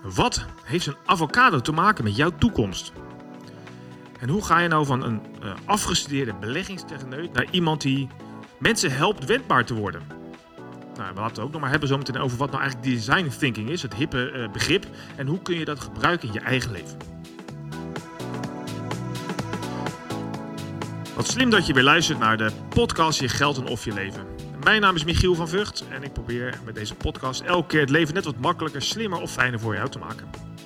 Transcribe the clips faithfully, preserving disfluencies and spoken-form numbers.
Wat heeft een avocado te maken met jouw toekomst? En hoe ga je nou van een uh, afgestudeerde beleggingstechneut naar iemand die mensen helpt wendbaar te worden? Nou, we laten het ook nog maar hebben zo meteen over wat nou eigenlijk design thinking is, het hippe uh, begrip. En hoe kun je dat gebruiken in je eigen leven? Wat slim dat je weer luistert naar de podcast Je Geld en Of Je Leven. Mijn naam is Michiel van Vught en ik probeer met deze podcast elke keer het leven net wat makkelijker, slimmer of fijner voor jou te maken.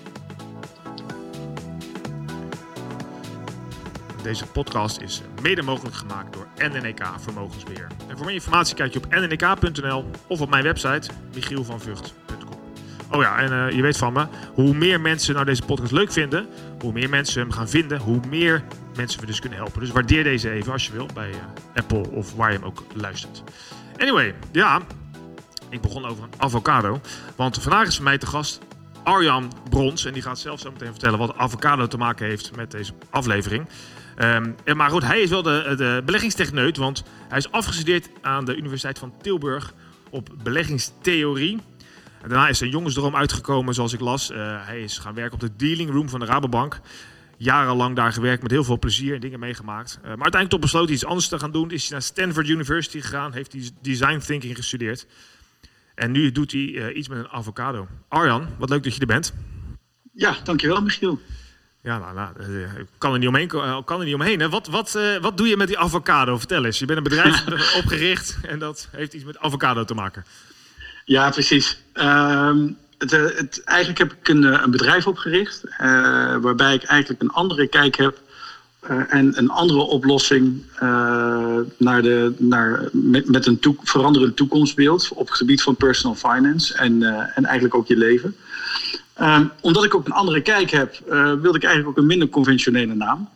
Deze podcast is mede mogelijk gemaakt door N N E K Vermogensbeheer. En voor meer informatie kijk je op n n e k punt n l of op mijn website michiel van vught punt com. Oh ja, en uh, je weet van me, hoe meer mensen nou deze podcast leuk vinden, hoe meer mensen hem gaan vinden, hoe meer mensen we dus kunnen helpen. Dus waardeer deze even als je wil bij uh, Apple of waar je hem ook luistert. Anyway, ja, ik begon over een avocado. Want vandaag is voor mij te gast Arjan Brons. En die gaat zelf zo meteen vertellen wat avocado te maken heeft met deze aflevering. Um, maar goed, hij is wel de, de beleggingstechneut. Want hij is afgestudeerd aan de Universiteit van Tilburg op beleggingstheorie. En daarna is zijn jongensdroom uitgekomen, zoals ik las. Uh, hij is gaan werken op de dealing room van de Rabobank. Jarenlang daar gewerkt, met heel veel plezier en dingen meegemaakt. Uh, maar uiteindelijk toch besloten iets anders te gaan doen. Is hij naar Stanford University gegaan, heeft hij design thinking gestudeerd. En nu doet hij uh, iets met een avocado. Arjan, wat leuk dat je er bent. Ja, dankjewel Michiel. Ja, nou, nou uh, kan er niet omheen. Uh, kan er niet omheen hè? Wat, wat, uh, wat doe je met die avocado? Vertel eens. Je bent een bedrijf opgericht en dat heeft iets met avocado te maken. Ja, precies. Um, Het, het, eigenlijk heb ik een, een bedrijf opgericht, uh, waarbij ik eigenlijk een andere kijk heb uh, en een andere oplossing uh, naar de, naar, met, met een toe, veranderend toekomstbeeld op het gebied van personal finance en, uh, en eigenlijk ook je leven. Uh, omdat ik ook een andere kijk heb, uh, wilde ik eigenlijk ook een minder conventionele naam.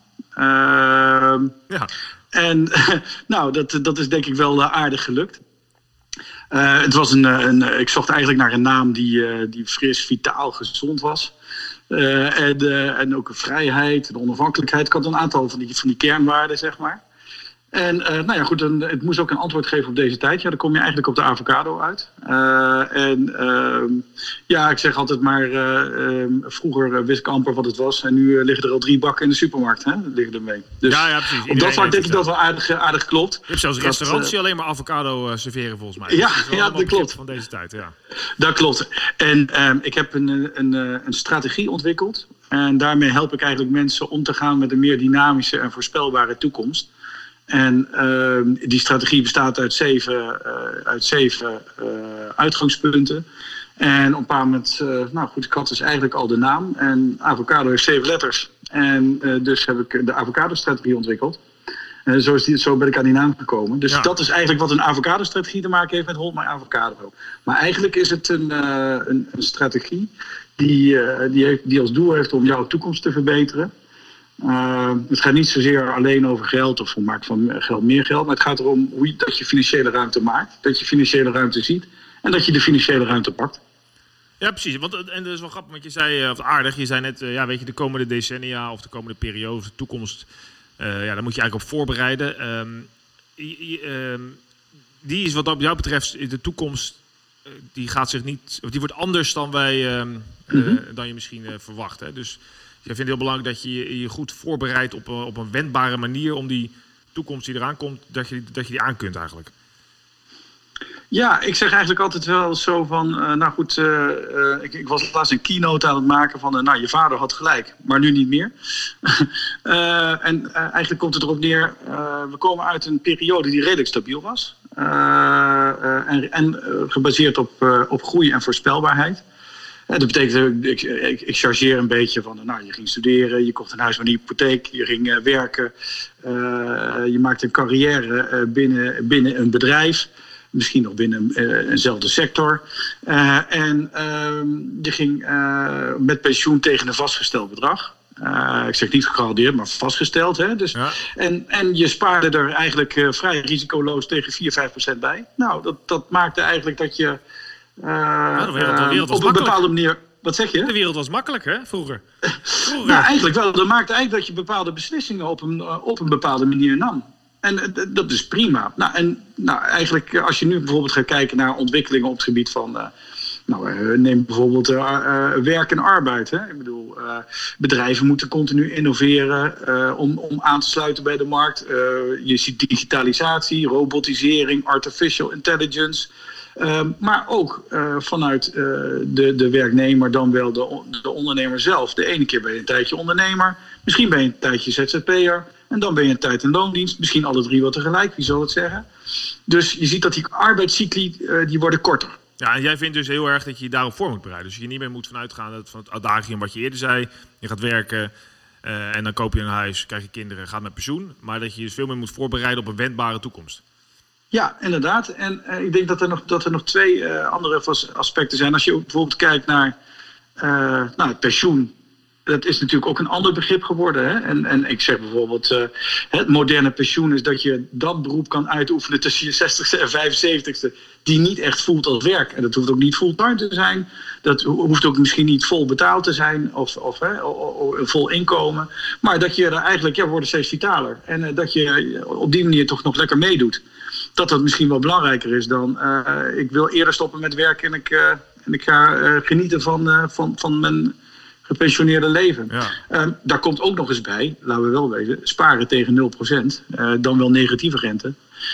Uh, ja. En nou, dat, dat is denk ik wel uh, aardig gelukt. Uh, het was een, een, ik zocht eigenlijk naar een naam die, uh, die fris, vitaal, gezond was. Uh, en, uh, en ook een vrijheid, de onafhankelijkheid. Ik had een aantal van die, van die kernwaarden, zeg maar. En uh, nou ja, goed, een, het moest ook een antwoord geven op deze tijd. Ja, dan kom je eigenlijk op de avocado uit. Uh, en uh, ja, ik zeg altijd maar, uh, uh, vroeger wist ik amper wat het was. En nu uh, liggen er al drie bakken in de supermarkt, hè? Liggen er mee. Dus ja, ja, precies. Op dat vlak denk ik dat wel aardig, aardig klopt. Je hebt zelfs restaurants die uh, alleen maar avocado uh, serveren, volgens mij. Ja, dat, ja, dat klopt. Van deze tijd, ja. Dat klopt. En uh, ik heb een, een, een strategie ontwikkeld. En daarmee help ik eigenlijk mensen om te gaan met een meer dynamische en voorspelbare toekomst. En uh, die strategie bestaat uit zeven, uh, uit zeven uh, uitgangspunten. En op een bepaald moment, uh, nou goed, ik had dus eigenlijk al de naam. En avocado heeft zeven letters. En uh, dus heb ik de avocado-strategie ontwikkeld. Uh, zo, is die, zo ben ik aan die naam gekomen. Dus ja. Dat is eigenlijk wat een avocado-strategie te maken heeft met Hold My Avocado. Maar eigenlijk is het een, uh, een, een strategie die, uh, die, heeft, die als doel heeft om jouw toekomst te verbeteren. Uh, het gaat niet zozeer alleen over geld of hoe maakt van geld meer geld. Maar het gaat erom hoe je, dat je financiële ruimte maakt. Dat je financiële ruimte ziet. En dat je de financiële ruimte pakt. Ja, precies. Want, en dat is wel grappig, want je zei, of aardig, je zei net, uh, ja, weet je, de komende decennia of de komende periode of de toekomst. Uh, ja, daar moet je eigenlijk op voorbereiden. Um, uh, die is wat op jou betreft, de toekomst, uh, die gaat zich niet, of die wordt anders dan wij, um, mm-hmm. uh, dan je misschien uh, verwacht. Hè? Dus jij vindt het heel belangrijk dat je je goed voorbereidt op, op een wendbare manier om die toekomst die eraan komt, dat je, dat je die aan kunt eigenlijk. Ja, ik zeg eigenlijk altijd wel zo van, uh, nou goed, uh, uh, ik, ik was laatst een keynote aan het maken van, uh, nou je vader had gelijk, maar nu niet meer. uh, en uh, eigenlijk komt het erop neer, uh, we komen uit een periode die redelijk stabiel was. Uh, uh, en en uh, gebaseerd op, uh, op groei en voorspelbaarheid. Uh, dat betekent, ik, ik, ik chargeer een beetje van, nou je ging studeren, je kocht een huis met een hypotheek, je ging uh, werken. Uh, je maakte een carrière uh, binnen, binnen een bedrijf. Misschien nog binnen uh, eenzelfde sector. Uh, en uh, je ging uh, met pensioen tegen een vastgesteld bedrag. Uh, ik zeg niet gegarandeerd, maar vastgesteld. Hè? Dus, ja. en, en je spaarde er eigenlijk uh, vrij risicoloos tegen vier, vijf procent bij. Nou, dat, dat maakte eigenlijk dat je uh, ja, de wereld, de wereld was op een bepaalde manier... Wat zeg je? De wereld was makkelijk, hè, vroeger? vroeger. Nou, eigenlijk wel. Dat maakte eigenlijk dat je bepaalde beslissingen op een, op een bepaalde manier nam. En dat is prima. Nou, en nou, eigenlijk als je nu bijvoorbeeld gaat kijken naar ontwikkelingen op het gebied van, uh, Nou, uh, neem bijvoorbeeld uh, uh, werk en arbeid. Hè? Ik bedoel, uh, bedrijven moeten continu innoveren uh, om, om aan te sluiten bij de markt. Uh, je ziet digitalisatie, robotisering, artificial intelligence. Uh, maar ook uh, vanuit uh, de, de werknemer dan wel de, de ondernemer zelf. De ene keer ben je een tijdje ondernemer, misschien ben je een tijdje Z Z P'er en dan ben je een tijd in loondienst. Misschien alle drie wat tegelijk, wie zal het zeggen. Dus je ziet dat die arbeidscycli uh, die worden korter. Ja, en jij vindt dus heel erg dat je je daarop voor moet bereiden. Dus je niet meer moet vanuitgaan van het adagium wat je eerder zei. Je gaat werken uh, en dan koop je een huis, krijg je kinderen, gaat met pensioen. Maar dat je je veel meer moet voorbereiden op een wendbare toekomst. Ja, inderdaad. En uh, ik denk dat er nog, dat er nog twee uh, andere aspecten zijn. Als je bijvoorbeeld kijkt naar uh, nou, het pensioen. Dat is natuurlijk ook een ander begrip geworden. Hè? En, en ik zeg bijvoorbeeld, uh, het moderne pensioen is dat je dat beroep kan uitoefenen tussen je zestigste en vijfenzeventigste. Die niet echt voelt als werk. En dat hoeft ook niet fulltime te zijn. Dat hoeft ook misschien niet vol betaald te zijn of, of hè, vol inkomen. Maar dat je er eigenlijk, ja, we worden steeds vitaler. En uh, dat je op die manier toch nog lekker meedoet. Dat dat misschien wel belangrijker is dan uh, ik wil eerder stoppen met werken en ik, uh, en ik ga uh, genieten van, uh, van, van mijn gepensioneerde leven. Ja. Uh, daar komt ook nog eens bij, laten we wel weten, sparen tegen nul procent, uh, dan wel negatieve rente.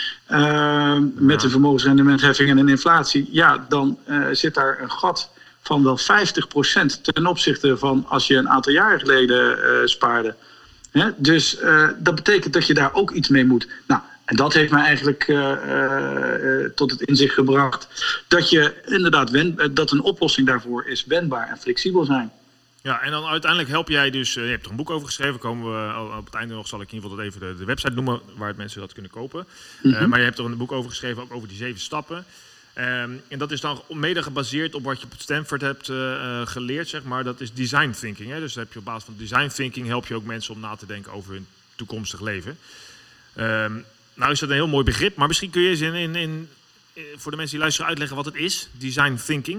Uh, met de vermogensrendementheffing en een inflatie, ja, dan uh, zit daar een gat van wel vijftig procent ten opzichte van als je een aantal jaren geleden uh, spaarde. Hè? Dus uh, dat betekent dat je daar ook iets mee moet. Nou, en dat heeft mij eigenlijk uh, uh, tot het inzicht gebracht dat je inderdaad wend, dat een oplossing daarvoor is wendbaar en flexibel zijn. Ja, en dan uiteindelijk help jij dus, uh, je hebt er een boek over geschreven, komen we op het einde nog, zal ik in ieder geval even de, de website noemen waar het mensen dat kunnen kopen. Mm-hmm. Uh, maar je hebt er een boek over geschreven, ook over die zeven stappen. Um, en dat is dan mede gebaseerd op wat je op Stanford hebt uh, geleerd, zeg maar. Dat is design thinking. Hè? Dus dan heb je op basis van design thinking help je ook mensen om na te denken over hun toekomstig leven. Um, nou is dat een heel mooi begrip, maar misschien kun je eens in, in, in, voor de mensen die luisteren uitleggen wat het is, design thinking.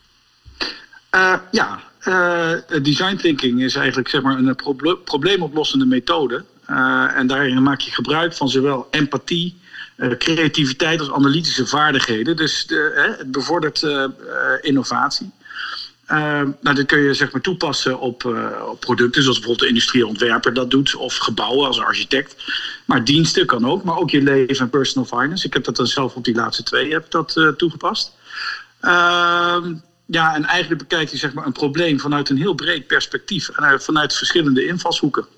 Uh, ja, uh, design thinking is eigenlijk, zeg maar, een proble- probleemoplossende methode. Uh, en daarin maak je gebruik van zowel empathie, uh, creativiteit als analytische vaardigheden. Dus de, hè, het bevordert uh, uh, innovatie. Uh, nou, dat kun je, zeg maar, toepassen op, uh, op producten, zoals bijvoorbeeld de industrieel ontwerper dat doet, of gebouwen als een architect. Maar diensten kan ook, maar ook je leven en personal finance. Ik heb dat dan zelf op die laatste twee heb dat, uh, toegepast. Uh, ja, en eigenlijk bekijk je, zeg maar, een probleem vanuit een heel breed perspectief en uh, vanuit verschillende invalshoeken.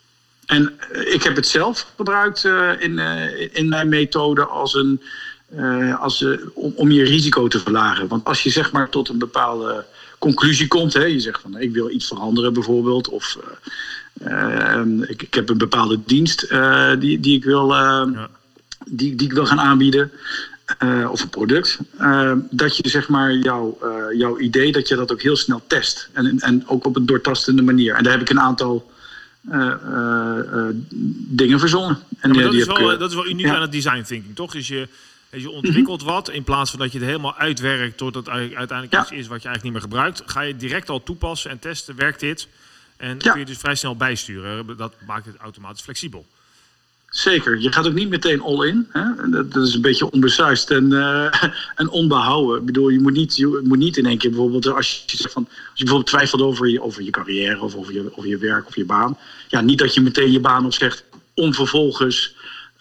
En uh, ik heb het zelf gebruikt uh, in, uh, in mijn methode als een, uh, als, uh, om, om je risico te verlagen. Want als je, zeg maar, tot een bepaalde conclusie komt, hè, je zegt van ik wil iets veranderen bijvoorbeeld, of uh, uh, ik, ik heb een bepaalde dienst uh, die, die, ik wil, uh, ja. die, die ik wil gaan aanbieden, uh, of een product, uh, dat je, zeg maar, jouw, uh, jouw idee, dat je dat ook heel snel test en, en ook op een doortastende manier. En daar heb ik een aantal uh, uh, uh, dingen verzonnen. En ja, maar dat, die is wel, heb ik, dat is wel uniek ja. aan het design thinking, toch? Dus je Je ontwikkelt wat, in plaats van dat je het helemaal uitwerkt tot het uiteindelijk ja. iets is wat je eigenlijk niet meer gebruikt. Ga je direct al toepassen en testen, werkt dit? En ja. kun je dus vrij snel bijsturen. Dat maakt het automatisch flexibel. Zeker. Je gaat ook niet meteen all-in. Hè? Dat is een beetje onbesuisd en, uh, en onbehouden. Ik bedoel, je moet niet, je moet niet in één keer bijvoorbeeld, als je, zegt van, als je bijvoorbeeld twijfelt over je, over je carrière of over je, over je werk of je baan. Ja, niet dat je meteen je baan opzegt om vervolgens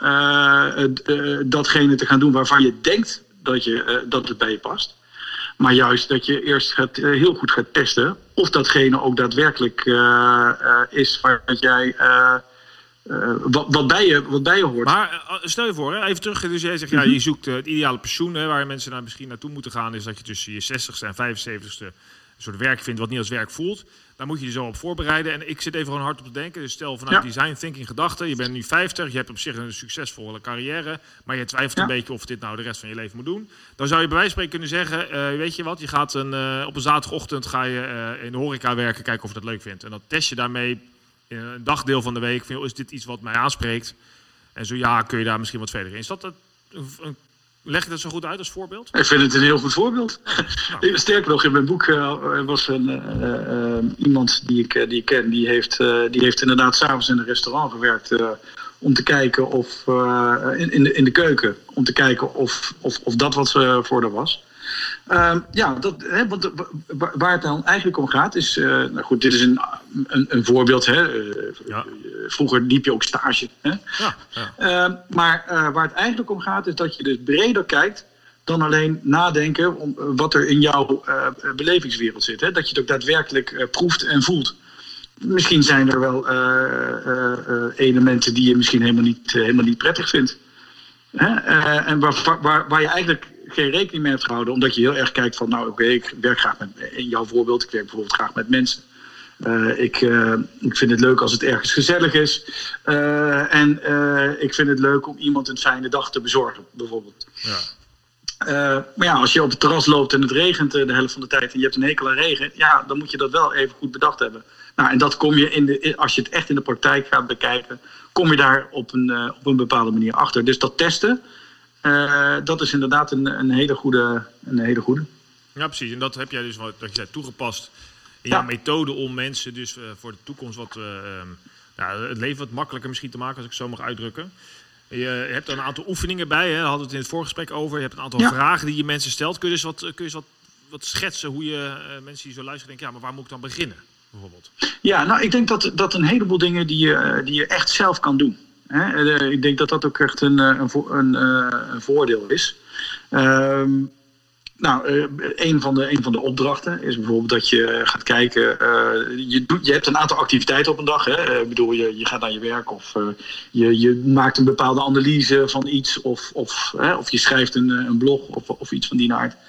Uh, uh, datgene te gaan doen waarvan je denkt dat, je, uh, dat het bij je past. Maar juist dat je eerst gaat, uh, heel goed gaat testen of datgene ook daadwerkelijk uh, uh, is waar jij, uh, uh, wat, wat, bij je, wat bij je hoort. Maar uh, stel je voor, hè, even terug, dus jij zegt ja, je zoekt uh, het ideale pensioen, hè, waar mensen nou misschien naartoe moeten gaan, is dat je tussen je zestigste en vijfenzeventigste een soort werk vindt wat niet als werk voelt. Daar moet je je zo op voorbereiden. En ik zit even gewoon hard op te denken. Dus stel vanuit ja. design thinking gedachten. Je bent nu vijftig. Je hebt op zich een succesvolle carrière. Maar je twijfelt ja. een beetje of dit nou de rest van je leven moet doen. Dan zou je bij wijze van spreken kunnen zeggen. Uh, weet je wat, je gaat een, uh, op een zaterdagochtend ga je uh, in de horeca werken. Kijken of je dat leuk vindt. En dan test je daarmee in een dagdeel van de week. Van, is dit iets wat mij aanspreekt? En zo ja, kun je daar misschien wat verder in. Is dat een, een Leg je dat zo goed uit als voorbeeld? Ik vind het een heel goed voorbeeld. Nou. Sterker nog, in mijn boek uh, was een, uh, uh, iemand die ik, uh, die ik ken... die heeft, uh, die heeft inderdaad 's avonds in een restaurant gewerkt... Uh, om te kijken of... Uh, in, in, de, in de keuken. Om te kijken of, of, of dat wat uh, voor haar was. Uh, ja, dat, hè, want, waar het dan eigenlijk om gaat is... Uh, nou goed, dit is een, een, een voorbeeld. Hè. Uh, ja. Vroeger liep je ook stage. Hè. Ja, ja. Uh, maar uh, waar het eigenlijk om gaat is dat je dus breder kijkt... dan alleen nadenken om wat er in jouw uh, belevingswereld zit. Hè. Dat je het ook daadwerkelijk uh, proeft en voelt. Misschien zijn er wel uh, uh, uh, elementen die je misschien helemaal niet, uh, helemaal niet prettig vindt. Hè? Uh, en waar, waar, waar je eigenlijk geen rekening mee hebt gehouden. Omdat je heel erg kijkt van, nou oké, okay, ik werk graag met, in jouw voorbeeld, ik werk bijvoorbeeld graag met mensen. Uh, ik, uh, ik vind het leuk als het ergens gezellig is. Uh, en uh, ik vind het leuk om iemand een fijne dag te bezorgen, bijvoorbeeld. Ja. Uh, maar ja, als je op het terras loopt en het regent uh, de helft van de tijd en je hebt een hekel aan regen, ja, dan moet je dat wel even goed bedacht hebben. Nou, en dat kom je in de, als je het echt in de praktijk gaat bekijken, kom je daar op een, uh, op een bepaalde manier achter. Dus dat testen, uh, dat is inderdaad een, een, hele goede, een hele goede. Ja, precies. En dat heb jij dus, wat je zei, toegepast in ja. jouw methode om mensen dus uh, voor de toekomst wat, uh, um, ja, het leven wat makkelijker misschien te maken, als ik het zo mag uitdrukken. Je hebt er een aantal oefeningen bij, hè? Daar hadden we het in het voorgesprek over. Je hebt een aantal ja. vragen die je mensen stelt. Kun je dus wat, kun je dus wat, wat schetsen hoe je uh, mensen die zo luisteren denken, ja, maar waar moet ik dan beginnen? Bijvoorbeeld. Ja, nou, ik denk dat, dat een heleboel dingen die je, die je echt zelf kan doen. Hè? Uh, ik denk dat dat ook echt een, een, een, een voordeel is. Um, nou, uh, een, van de, een van de opdrachten is bijvoorbeeld dat je gaat kijken. Uh, je, doet, je hebt een aantal activiteiten op een dag. Hè? Uh, ik bedoel, je, je gaat naar je werk of uh, je, je maakt een bepaalde analyse van iets. Of, of, hè, of je schrijft een, een blog of, of iets van die aard.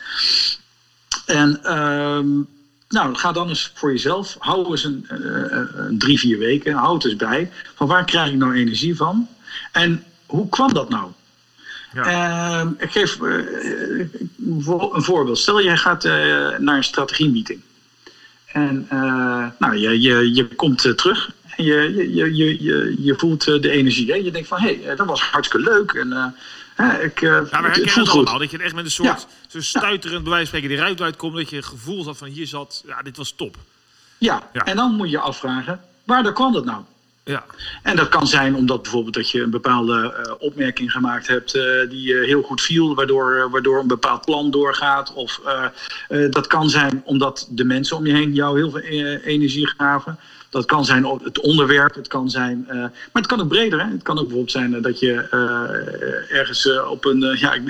En... Um, Nou, ga dan eens voor jezelf, hou eens een, uh, een drie, vier weken, hou het eens bij. Van waar krijg ik nou energie van? En hoe kwam dat nou? Ja. Uh, ik geef uh, een voorbeeld. Stel, jij gaat uh, naar een strategiemeeting. En uh, nou, je, je, je komt uh, terug en je, je, je, je, je voelt uh, de energie. Hè? Je denkt van, hé, hey, dat was hartstikke leuk. En, uh, Hè, ik, uh, ja, we herkennen het, het allemaal. Goed. Dat je echt met een soort ja. zo stuiterend, bij wijze van spreken, die ruit uitkomt. Dat je het gevoel had van hier zat, ja, dit was top. Ja, ja. En dan moet je afvragen, waar kwam dat nou? Ja. En dat kan zijn omdat bijvoorbeeld dat je een bepaalde uh, opmerking gemaakt hebt uh, die uh, heel goed viel, waardoor, uh, waardoor een bepaald plan doorgaat. Of uh, uh, dat kan zijn omdat de mensen om je heen jou heel veel uh, energie gaven. Dat kan zijn het onderwerp, het kan zijn... Uh, maar het kan ook breder. Hè? Het kan ook bijvoorbeeld zijn uh, dat je uh, ergens uh, op een, uh, ja, uh,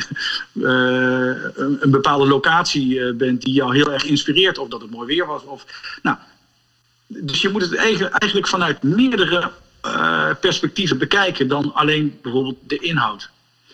een, een bepaalde locatie uh, bent die jou heel erg inspireert. Of dat het mooi weer was. Of, nou, dus je moet het eigenlijk vanuit meerdere uh, perspectieven bekijken dan alleen bijvoorbeeld de inhoud.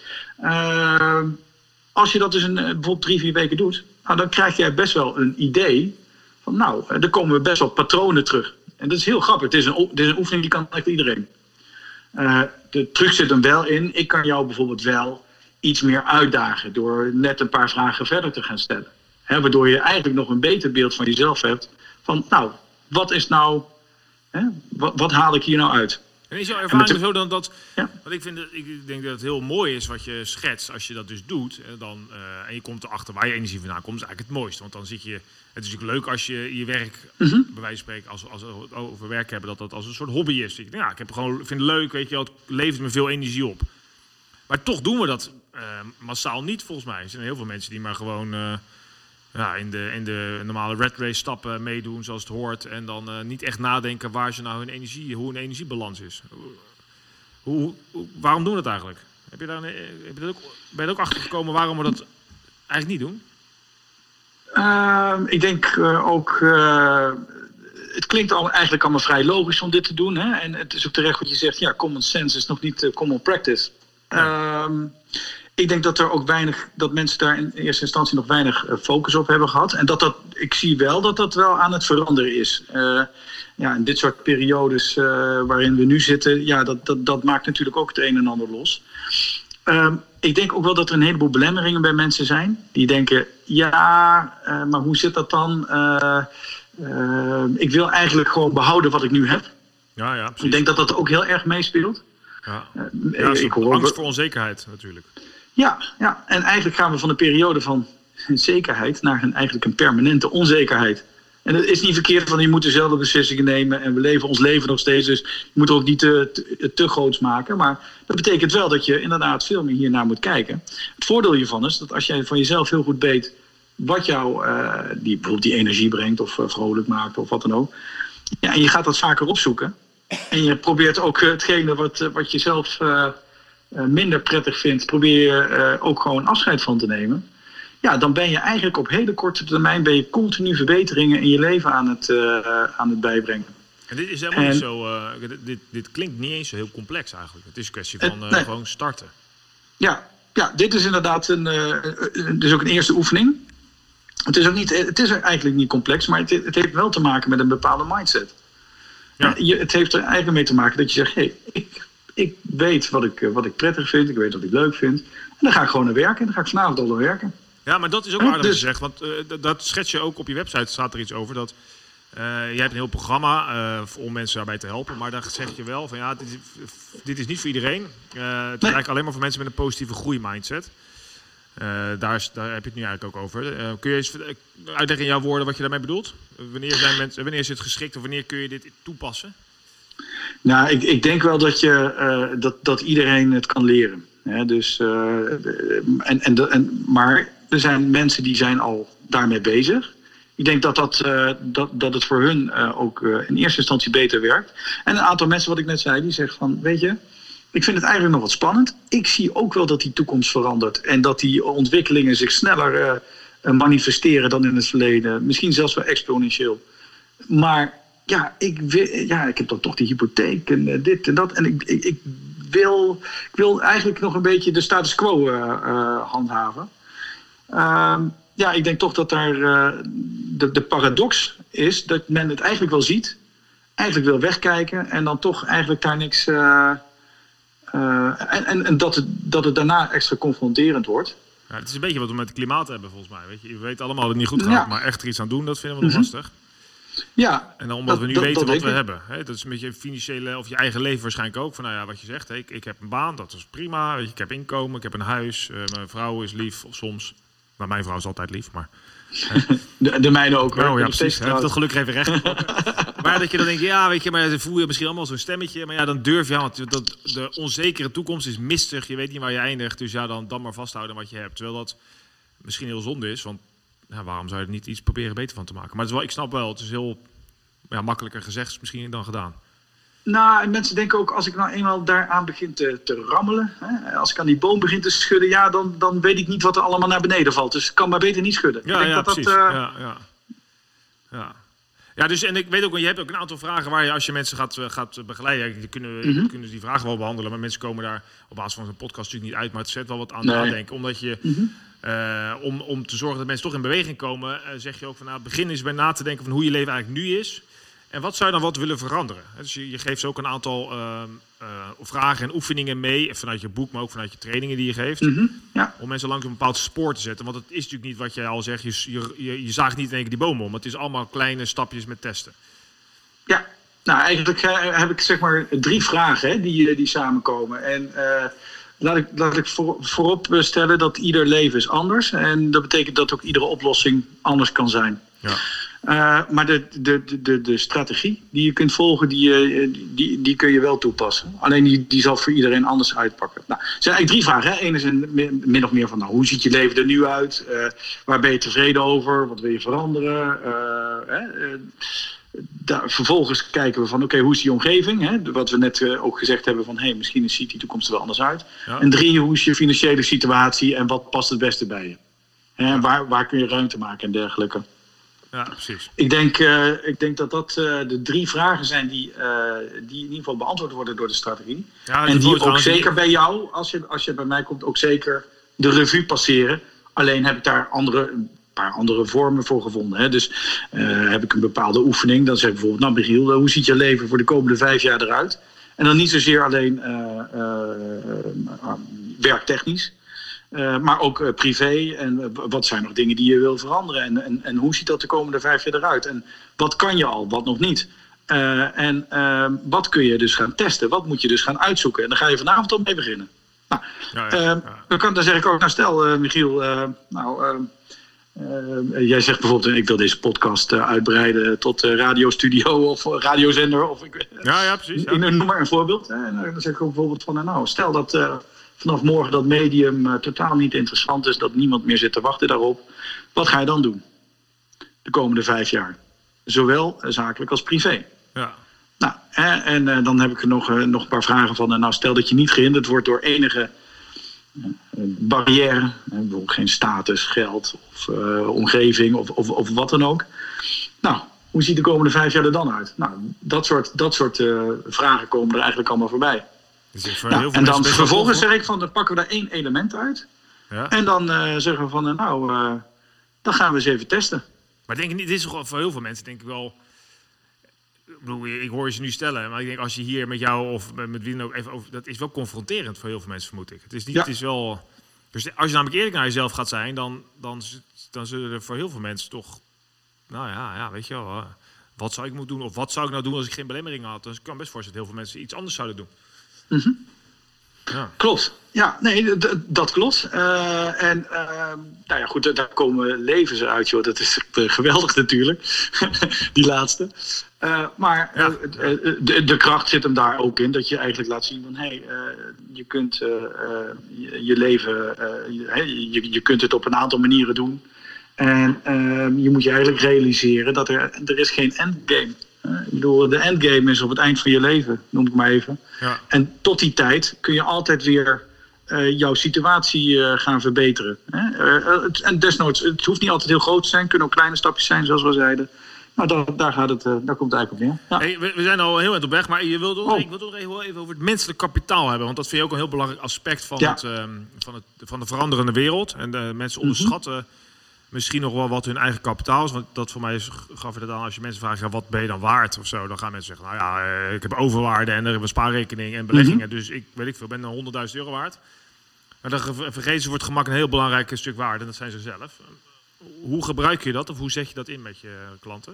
Uh, als je dat dus een, bijvoorbeeld drie, vier weken doet, nou, dan krijg je best wel een idee van nou, er komen best wel patronen terug. En dat is heel grappig. Het is een, het is een oefening die kan echt iedereen. Uh, de truc zit hem wel in. Ik kan jou bijvoorbeeld wel iets meer uitdagen door net een paar vragen verder te gaan stellen. Hè, waardoor je eigenlijk nog een beter beeld van jezelf hebt. Van nou, wat is nou, hè, wat, wat haal ik hier nou uit? En is jouw ervaring de... zo dan dat... Ja. Want ik, vind dat, ik denk dat het heel mooi is wat je schetst als je dat dus doet. Dan, uh, en je komt erachter waar je energie vandaan komt. Dat is eigenlijk het mooiste. Want dan zit je... Het is natuurlijk leuk als je je werk, mm-hmm. bij wijze van spreken, als, als we over werk hebben, dat dat als een soort hobby is. Ik denk, ja, ik heb gewoon, vind het leuk, weet je wel, het levert me veel energie op. Maar toch doen we dat uh, massaal niet, volgens mij. Er zijn heel veel mensen die maar gewoon uh, ja, in, de, in de normale rat race stappen meedoen zoals het hoort. En dan uh, niet echt nadenken waar ze nou hun energie, hoe hun energiebalans is. Hoe, hoe, waarom doen we dat eigenlijk? Heb je daar een, heb je dat ook, ben je er ook achter gekomen waarom we dat eigenlijk niet doen? Uh, ik denk uh, ook, uh, het klinkt al, eigenlijk allemaal vrij logisch om dit te doen. Hè? En het is ook terecht wat je zegt, ja, common sense is nog niet uh, common practice. Ja. Uh, ik denk dat er ook weinig, dat mensen daar in eerste instantie nog weinig uh, focus op hebben gehad. En dat dat, ik zie wel dat dat wel aan het veranderen is. Uh, ja, in dit soort periodes uh, waarin we nu zitten, ja, dat, dat, dat maakt natuurlijk ook het een en ander los. Uh, ik denk ook wel dat er een heleboel belemmeringen bij mensen zijn. Die denken, ja, uh, maar hoe zit dat dan? Uh, uh, ik wil eigenlijk gewoon behouden wat ik nu heb. Ja, ja, precies. Ik denk dat dat ook heel erg meespeelt. Ja. Uh, ja, ik hoor angst voor onzekerheid natuurlijk. Ja, ja, en eigenlijk gaan we van een periode van zekerheid naar een, eigenlijk een permanente onzekerheid. En het is niet verkeerd van je moet dezelfde beslissingen nemen en we leven ons leven nog steeds. Dus je moet er ook niet te, te, te groots maken. Maar dat betekent wel dat je inderdaad veel meer hiernaar moet kijken. Het voordeel hiervan is dat als jij van jezelf heel goed weet wat jou uh, die, bijvoorbeeld die energie brengt of uh, vrolijk maakt of wat dan ook. Ja, en je gaat dat vaker opzoeken. En je probeert ook uh, hetgene wat, uh, wat je zelf uh, uh, minder prettig vindt, probeer je uh, ook gewoon afscheid van te nemen. Ja, dan ben je eigenlijk op hele korte termijn ben je continu verbeteringen in je leven aan het, uh, aan het bijbrengen. En dit is helemaal en, niet zo. Uh, dit, dit, dit klinkt niet eens zo heel complex eigenlijk. Het is een kwestie van uh, nee. gewoon starten. Ja, ja, dit is inderdaad een, uh, het is ook een eerste oefening. Het is ook niet, het is eigenlijk niet complex, maar het, het heeft wel te maken met een bepaalde mindset. Ja. Je, het heeft er eigenlijk mee te maken dat je zegt, hé, hey, ik, ik weet wat ik, wat ik prettig vind, ik weet wat ik leuk vind. En dan ga ik gewoon naar werken en dan ga ik vanavond al naar werken. Ja, maar dat is ook aardig dus, gezegd, want uh, dat, dat schets je ook op je website, staat er iets over. Dat uh, je hebt een heel programma uh, om mensen daarbij te helpen, maar dan zeg je wel van ja, dit is, dit is niet voor iedereen. Uh, het is nee. eigenlijk alleen maar voor mensen met een positieve groeimindset. Uh, daar, is, daar heb je het nu eigenlijk ook over. Uh, kun je eens uitleggen in jouw woorden wat je daarmee bedoelt? Wanneer, zijn mensen, wanneer is het geschikt of wanneer kun je dit toepassen? Nou, ik, ik denk wel dat, je, uh, dat, dat iedereen het kan leren. Hè? Dus, uh, en, en, en, maar er zijn mensen die zijn al daarmee bezig. Ik denk dat, dat, uh, dat, dat het voor hun uh, ook uh, in eerste instantie beter werkt. En een aantal mensen, wat ik net zei, die zeggen van, weet je, ik vind het eigenlijk nog wat spannend. Ik zie ook wel dat die toekomst verandert. En dat die ontwikkelingen zich sneller uh, manifesteren dan in het verleden. Misschien zelfs wel exponentieel. Maar ja, ik, wil, ja, ik heb dan toch die hypotheek en uh, dit en dat. En ik, ik, ik, wil, ik wil eigenlijk nog een beetje de status quo uh, uh, handhaven. Uh, ja, ik denk toch dat daar uh, de, de paradox is dat men het eigenlijk wel ziet. Eigenlijk wil wegkijken en dan toch eigenlijk daar niks... Uh, Uh, en en, en dat, het, dat het daarna extra confronterend wordt. Ja, het is een beetje wat we met het klimaat hebben volgens mij. Weet je, we weten allemaal dat het niet goed gaat, ja. maar echt er iets aan doen, dat vinden we nog mm-hmm. lastig. Ja. En dan omdat dat, we nu dat, weten dat wat ik. we hebben. Hè? Dat is een beetje financiële, of je eigen leven waarschijnlijk ook. Van nou ja, wat je zegt, hè? ik, ik heb een baan, dat is prima. Weet je, ik heb inkomen, ik heb een huis. Uh, mijn vrouw is lief, of soms. Maar mijn vrouw is altijd lief, maar... De, de mijne ook. Oh ja, precies. Heb dat gelukkig even recht. Maar dat je dan denkt, ja, weet je, maar dan voel je misschien allemaal zo'n stemmetje. Maar ja, dan durf je, want dat, de onzekere toekomst is mistig. Je weet niet waar je eindigt. Dus ja, dan, dan maar vasthouden wat je hebt. Terwijl dat misschien heel zonde is. Want ja, waarom zou je er niet iets proberen beter van te maken? Maar het is wel, ik snap wel, het is heel ja, makkelijker gezegd misschien dan gedaan. Nou, en mensen denken ook, als ik nou eenmaal daaraan begin te, te rammelen, hè, als ik aan die boom begin te schudden, ja, dan, dan weet ik niet wat er allemaal naar beneden valt. Dus ik kan maar beter niet schudden. Ja, ik denk ja, dat precies. Dat, uh... ja, ja. Ja. Ja, dus en ik weet ook, je hebt ook een aantal vragen waar je als je mensen gaat, gaat begeleiden, die kunnen, mm-hmm. kunnen ze die vragen wel behandelen, maar mensen komen daar op basis van zo'n podcast natuurlijk niet uit, maar het zet wel wat aan nee. nadenken, omdat je, mm-hmm. uh, om, om te zorgen dat mensen toch in beweging komen, uh, zeg je ook van, nou, begin eens bij na te denken van hoe je leven eigenlijk nu is. En wat zou je dan wat willen veranderen? Dus je, je geeft ze ook een aantal uh, uh, vragen en oefeningen mee. Vanuit je boek, maar ook vanuit je trainingen die je geeft. Mm-hmm, ja. Om mensen langs een bepaald spoor te zetten. Want het is natuurlijk niet wat jij al zegt. Je, je, je, je zaagt niet in één keer die boom om. Het is allemaal kleine stapjes met testen. Ja, nou eigenlijk uh, heb ik zeg maar drie vragen hè, die, die samenkomen. En uh, laat ik, laat ik voor, voorop stellen dat ieder leven is anders. En dat betekent dat ook iedere oplossing anders kan zijn. Ja. Uh, maar de, de, de, de strategie die je kunt volgen, die, die, die kun je wel toepassen. Alleen die, die zal voor iedereen anders uitpakken. Nou, er zijn eigenlijk drie vragen. Eén is een, min of meer van, nou, hoe ziet je leven er nu uit? Uh, waar ben je tevreden over? Wat wil je veranderen? Uh, uh, daar, vervolgens kijken we van, oké, okay, hoe is die omgeving? Hè? Wat we net uh, ook gezegd hebben van, hé, hey, misschien ziet die toekomst er wel anders uit. Ja. En drie, hoe is je financiële situatie en wat past het beste bij je? Hè? Ja. Waar, waar kun je ruimte maken en dergelijke? Ja, precies. Ik denk, uh, ik denk dat dat uh, de drie vragen zijn die, uh, die in ieder geval beantwoord worden door de strategie. Ja, en die ook zeker die... bij jou, als je, als je bij mij komt, ook zeker de revue passeren. Alleen heb ik daar andere, een paar andere vormen voor gevonden. Hè. Dus uh, heb ik een bepaalde oefening. Dan zeg ik bijvoorbeeld, nou Michiel, hoe ziet je leven voor de komende vijf jaar eruit? En dan niet zozeer alleen uh, uh, uh, werktechnisch. Uh, maar ook uh, privé en uh, wat zijn nog dingen die je wil veranderen en, en, en hoe ziet dat de komende vijf jaar eruit en wat kan je al, wat nog niet uh, en uh, wat kun je dus gaan testen, wat moet je dus gaan uitzoeken en dan ga je vanavond al mee beginnen. Nou, ja, ja, ja. Uh, dan, kan, dan zeg ik ook, nou stel uh, Michiel, uh, nou, uh, uh, jij zegt bijvoorbeeld ik wil deze podcast uh, uitbreiden tot uh, radiostudio of uh, radiozender of ik, ja, ja, precies. Ja. Noem maar een voorbeeld. Hè, en dan zeg ik ook bijvoorbeeld van nou stel dat uh, vanaf morgen dat medium uh, totaal niet interessant is, dat niemand meer zit te wachten daarop. Wat ga je dan doen? De komende vijf jaar. Zowel zakelijk als privé. Ja. Nou, hè, en uh, dan heb ik er nog, uh, nog een paar vragen van. Uh, nou, stel dat je niet gehinderd wordt door enige uh, barrière. Uh, bijvoorbeeld geen status, geld of uh, omgeving of, of, of wat dan ook. Nou, hoe ziet de komende vijf jaar er dan uit? Nou, dat soort, dat soort uh, vragen komen er eigenlijk allemaal voorbij. Dus nou, en dan vervolgens zeg ik van, dan pakken we daar één element uit. Ja. En dan uh, zeggen we van, uh, nou, uh, dan gaan we eens even testen. Maar denk ik niet, dit is voor heel veel mensen denk ik wel. Ik bedoel, ik hoor je ze nu stellen, maar ik denk als je hier met jou of met wie dan ook even over, dat is wel confronterend voor heel veel mensen, vermoed ik. Het is niet, ja. Het is wel. Dus als je namelijk eerlijk naar jezelf gaat zijn, dan, dan, dan zullen er voor heel veel mensen toch, nou ja, ja weet je wel, uh, wat zou ik moeten doen of wat zou ik nou doen als ik geen belemmeringen had? Dus ik kan best voorstellen dat heel veel mensen iets anders zouden doen. Mm-hmm. Ja. Klopt. Ja, nee, d- dat klopt. Uh, en uh, nou ja, goed, daar komen levens uit, joh. Dat is uh, geweldig natuurlijk, die laatste. Uh, maar ja. uh, de, de kracht zit hem daar ook in, dat je eigenlijk laat zien van, hé, hey, uh, je kunt uh, uh, je, je leven, uh, je, je, je kunt het op een aantal manieren doen. En uh, je moet je eigenlijk realiseren dat er, er is geen endgame. Uh, ik bedoel, de endgame is op het eind van je leven, noem ik maar even. Ja. En tot die tijd kun je altijd weer uh, jouw situatie uh, gaan verbeteren. Hè? Uh, het, en desnoods, het hoeft niet altijd heel groot te zijn, kunnen ook kleine stapjes zijn, zoals we zeiden. Maar daar, daar, gaat het, uh, daar komt het eigenlijk op neer. Ja. Hey, we, we zijn al heel erg op weg, maar je wilde oh. ik wil het nog even over het menselijk kapitaal hebben. Want dat vind je ook een heel belangrijk aspect van, ja. het, um, van, het, van de veranderende wereld. En de mensen onderschatten mm-hmm. misschien nog wel wat hun eigen kapitaal is. Want dat voor mij is, gaf je dat aan als je mensen vraagt, ja, wat ben je dan waard of zo. Dan gaan mensen zeggen, nou ja, uh, ik heb overwaarde en er hebben een spaarrekening en beleggingen. Mm-hmm. Dus ik weet ik veel, ben dan honderdduizend euro waard. Maar dan vergeten ze voor het gemak een heel belangrijk stuk waarde. En dat zijn ze zelf. Hoe gebruik je dat of hoe zet je dat in met je klanten?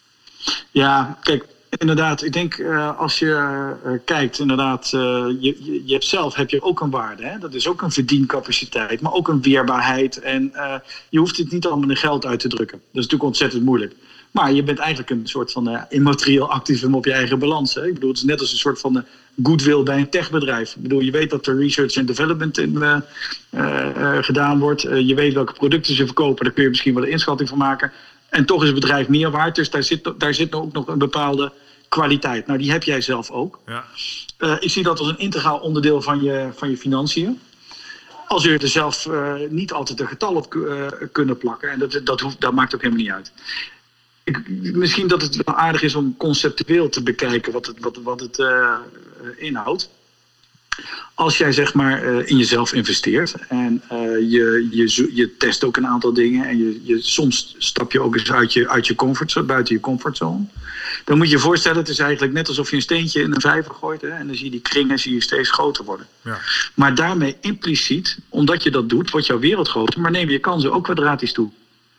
Ja, kijk, inderdaad, ik denk uh, als je uh, kijkt, inderdaad, uh, je, je, je hebt zelf heb je ook een waarde. Hè? Dat is ook een verdiencapaciteit, maar ook een weerbaarheid. En uh, je hoeft het niet allemaal in geld uit te drukken. Dat is natuurlijk ontzettend moeilijk. Maar je bent eigenlijk een soort van uh, immaterieel activum op je eigen balans. Hè? Ik bedoel, het is net als een soort van uh, goodwill bij een techbedrijf. Ik bedoel, je weet dat er research en development in uh, uh, uh, gedaan wordt. Uh, je weet welke producten ze verkopen, daar kun je misschien wel een inschatting van maken. En toch is het bedrijf meer waard, dus daar zit, daar zit ook nog een bepaalde kwaliteit. Nou, die heb jij zelf ook. Ja. Uh, ik zie dat als een integraal onderdeel van je, van je financiën. Als je er zelf uh, niet altijd een getal op uh, kunnen plakken, en dat, dat, hoeft, dat maakt ook helemaal niet uit. Ik, misschien dat het wel aardig is om conceptueel te bekijken wat het, wat, wat het uh, inhoudt. Als jij zeg maar uh, in jezelf investeert en uh, je, je, je test ook een aantal dingen en je, je, soms stap je ook eens uit je, uit je comfortzone, buiten je comfortzone. Dan moet je je voorstellen, het is eigenlijk net alsof je een steentje in een vijver gooit, hè, en dan zie je die kringen zie je steeds groter worden. Ja. Maar daarmee impliciet, omdat je dat doet, wordt jouw wereld groter, maar neem je kansen ook kwadratisch toe.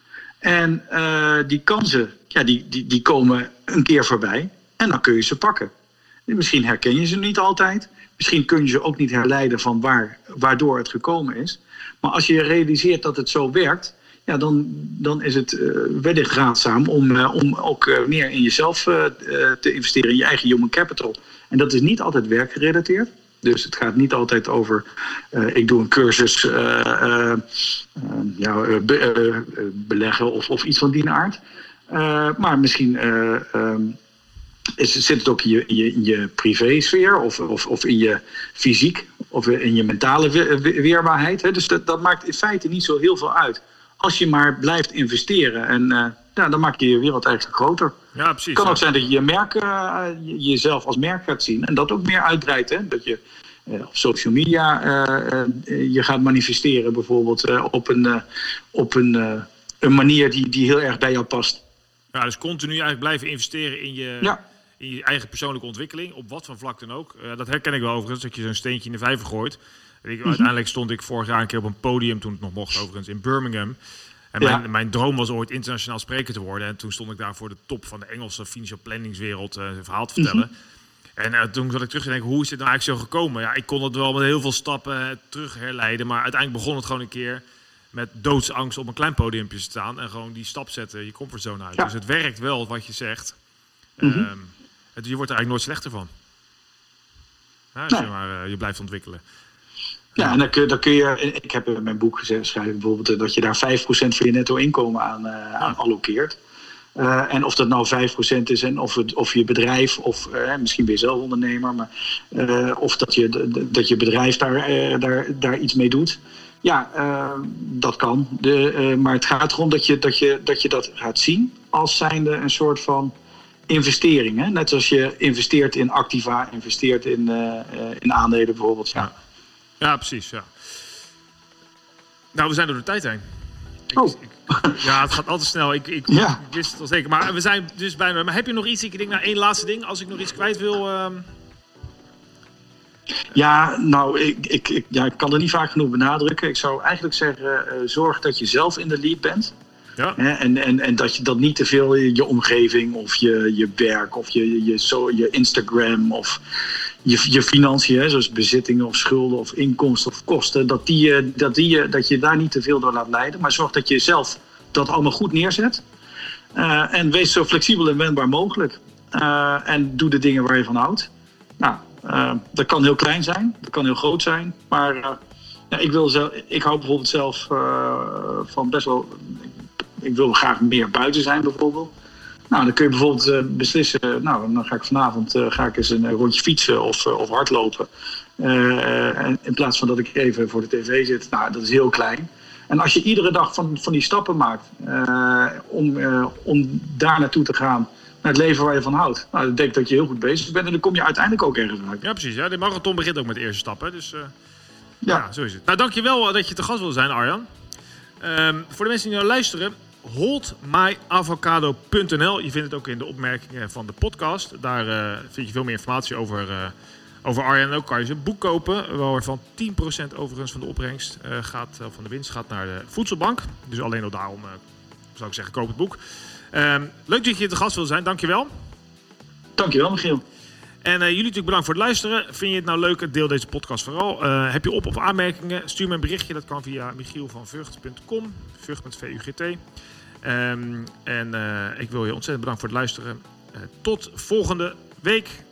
En uh, die kansen, ja, die, die, die komen een keer voorbij en dan kun je ze pakken. Misschien herken je ze niet altijd. Misschien kun je ze ook niet herleiden van waar, waardoor het gekomen is. Maar als je realiseert dat het zo werkt, ja, dan, dan is het uh, wellicht raadzaam om, uh, om ook uh, meer in jezelf uh, te investeren, in je eigen human capital. En dat is niet altijd werkgerelateerd. Dus het gaat niet altijd over, uh, ik doe een cursus uh, uh, uh, ja, be, uh, beleggen of, of iets van die aard. Uh, maar misschien uh, um, is, zit het ook in je, in je, in je privésfeer of, of, of in je fysiek of in je mentale we, we, weerbaarheid. Hè? Dus dat, dat maakt in feite niet zo heel veel uit. Als je maar blijft investeren en uh, ja, dan maak je je wereld eigenlijk groter. Ja, precies. Het kan ja. ook zijn dat je je merk, uh, jezelf als merk gaat zien en dat ook meer uitbreidt. Hè? Dat je uh, op social media uh, uh, je gaat manifesteren bijvoorbeeld uh, op, een, uh, op een, uh, een manier die, die heel erg bij jou past. Ja, dus continu eigenlijk blijven investeren in je, ja. in je eigen persoonlijke ontwikkeling, op wat voor vlak dan ook. Uh, dat herken ik wel overigens, dat je zo'n steentje in de vijver gooit. Ik, mm-hmm. Uiteindelijk stond ik vorig jaar een keer op een podium, toen het nog mocht overigens, in Birmingham. En mijn, ja. mijn droom was ooit internationaal spreker te worden. En toen stond ik daar voor de top van de Engelse financial planningswereld uh, een verhaal te vertellen. Mm-hmm. En uh, toen zat ik terug te denken, hoe is dit nou eigenlijk zo gekomen? Ja, ik kon het wel met heel veel stappen uh, terug herleiden. Maar uiteindelijk begon het gewoon een keer met doodsangst op een klein podiumpje te staan. En gewoon die stap zetten, je comfortzone uit. Ja. Dus het werkt wel, wat je zegt. Mm-hmm. Uh, het, je wordt er eigenlijk nooit slechter van. Ja, nee. Zeg maar, uh, je blijft ontwikkelen. Ja, en dan kun, dan kun je, ik heb in mijn boek gezegd, schrijf bijvoorbeeld dat je daar vijf procent van je netto inkomen aan, uh, aan allokeert. Uh, en of dat nou vijf procent is en of, het, of je bedrijf, of uh, misschien ben je zelf ondernemer, maar uh, of dat je, dat je bedrijf daar, uh, daar, daar iets mee doet. Ja, uh, dat kan. De, uh, maar het gaat erom dat je, dat, je, dat je dat gaat zien als zijnde een soort van investering. Hè? Net zoals je investeert in activa, investeert in, uh, uh, in aandelen bijvoorbeeld. Ja. Ja, precies. Ja. Nou, we zijn door de tijd heen. Ik, oh. ik, ja, het gaat altijd snel. Ik, ik, ja. ik wist het al zeker. Maar we zijn dus bijna... Maar heb je nog iets? Ik denk, nou, één laatste ding. Als ik nog iets kwijt wil... Uh... Ja, nou, ik, ik, ik, ja, ik kan er niet vaak genoeg benadrukken. Ik zou eigenlijk zeggen, uh, zorg dat je zelf in de lead bent. Ja. Hè? En, en, en dat je dat niet te veel je omgeving of je, je werk of je, je, zo, je Instagram of je, je financiën, hè, zoals bezittingen of schulden of inkomsten of kosten, dat, die, dat, die, dat je daar niet te veel door laat leiden. Maar zorg dat je zelf dat allemaal goed neerzet. Uh, en wees zo flexibel en wendbaar mogelijk. Uh, en doe de dingen waar je van houdt. Nou, uh, dat kan heel klein zijn, dat kan heel groot zijn. Maar uh, ja, ik, wil zelf, ik hou bijvoorbeeld zelf uh, van best wel... Ik wil graag meer buiten zijn bijvoorbeeld. Nou, dan kun je bijvoorbeeld uh, beslissen... Nou, dan ga ik vanavond uh, ga ik eens een rondje fietsen of, uh, of hardlopen. Uh, en in plaats van dat ik even voor de tv zit. Nou, dat is heel klein. En als je iedere dag van, van die stappen maakt... Uh, om, uh, om daar naartoe te gaan... naar het leven waar je van houdt. Nou, dan denk ik dat je heel goed bezig bent. En dan kom je uiteindelijk ook ergens uit. Ja, precies. Ja, de marathon begint ook met de eerste stap. Hè? Dus uh, ja. ja, zo is het. Nou, dankjewel dat je te gast wilde zijn, Arjan. Um, voor de mensen die nou luisteren... hold my avocado punt n l. Je vindt het ook in de opmerkingen van de podcast. Daar uh, vind je veel meer informatie over, uh, over Arjan. En ook kan je zijn boek kopen. Waarvan tien procent overigens van de opbrengst uh, gaat, uh, van de winst gaat naar de voedselbank. Dus alleen al daarom uh, zou ik zeggen, koop het boek. Um, leuk dat je te gast wil zijn. Dankjewel. Dankjewel, Michiel. En uh, jullie natuurlijk bedankt voor het luisteren. Vind je het nou leuk? Deel deze podcast vooral. Uh, heb je op- of aanmerkingen? Stuur me een berichtje. Dat kan via michiel van vught punt com. Vught met V U G T. Um, en uh, ik wil je ontzettend bedanken voor het luisteren. Uh, tot volgende week.